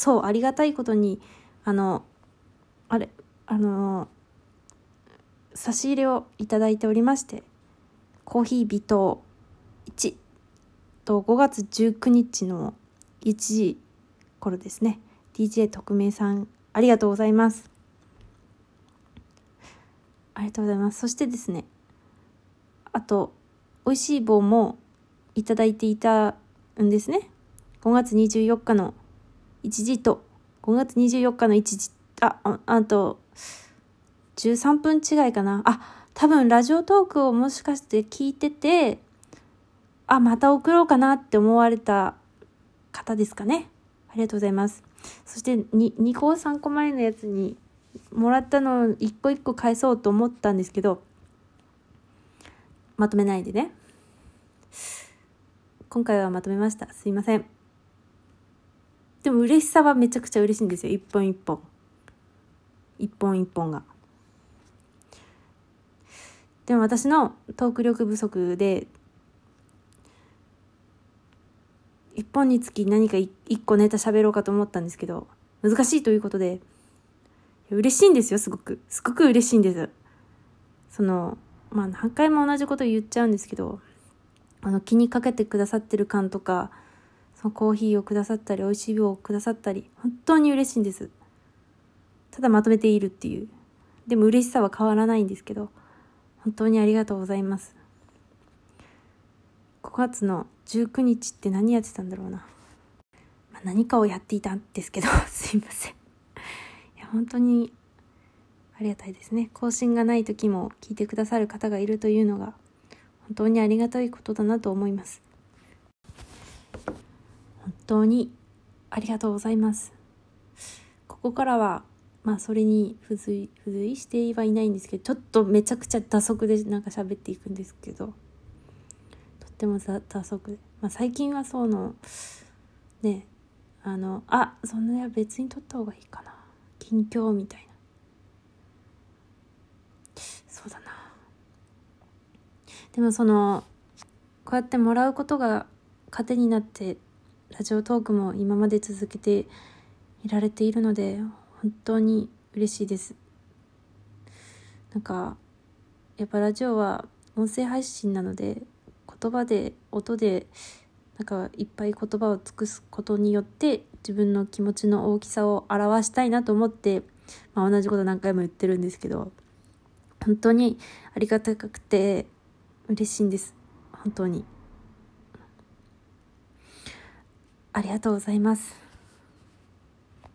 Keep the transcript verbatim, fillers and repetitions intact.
そうありがたいことにあのあれあの差し入れをいただいておりまして、コーヒー微糖いちとごがつじゅうくにちのいちじ頃ですね。 ディージェー 特命さんありがとうございます。ありがとうございます。そしてですね、あと美味しい棒もいただいていたんですね。ごがつにじゅうよっかのいちじとごがつにじゅうよっかのいちじ、あ、ああとじゅうさんぷん違いかな。あ、多分ラジオトークをもしかして聞いてて、あ、また送ろうかなって思われた方ですかね。ありがとうございます。そして 2, 2個さんこ前のやつにもらったのを一個一個返そうと思ったんですけど、まとめないでね。今回はまとめました。すいません。でも嬉しさはめちゃくちゃ嬉しいんですよ。一本一本。一本一本が。でも私のトーク力不足で、一本につき何か一個ネタ喋ろうかと思ったんですけど、難しいということで、嬉しいんですよ、すごく。すごく嬉しいんです。その、まあ何回も同じこと言っちゃうんですけど、あの気にかけてくださってる感とか、そのコーヒーをくださったり、美味しい棒をくださったり、本当に嬉しいんです。ただまとめているっていう。でも嬉しさは変わらないんですけど、本当にありがとうございます。ごがつのじゅうくにちって何やってたんだろうな。まあ、何かをやっていたんですけど、すいません。いや、本当にありがたいですね。更新がない時も聞いてくださる方がいるというのが、本当にありがたいことだなと思います。本当にありがとうございます。ここからは、まあそれに付随、付随してはいないんですけど、ちょっとめちゃくちゃ打足でなんか喋っていくんですけど、とっても打足で。まあ最近はその、ね、あの、あ、そんな別に撮った方がいいかな。近況みたいな。そうだな。でもその、こうやってもらうことが糧になって、ラジオトークも今まで続けていられているので、本当に嬉しいです。なんか、やっぱラジオは音声配信なので、言葉で、音で、なんかいっぱい言葉を尽くすことによって自分の気持ちの大きさを表したいなと思って、まあ、同じこと何回も言ってるんですけど、本当にありがたくて嬉しいんです。本当にありがとうございます。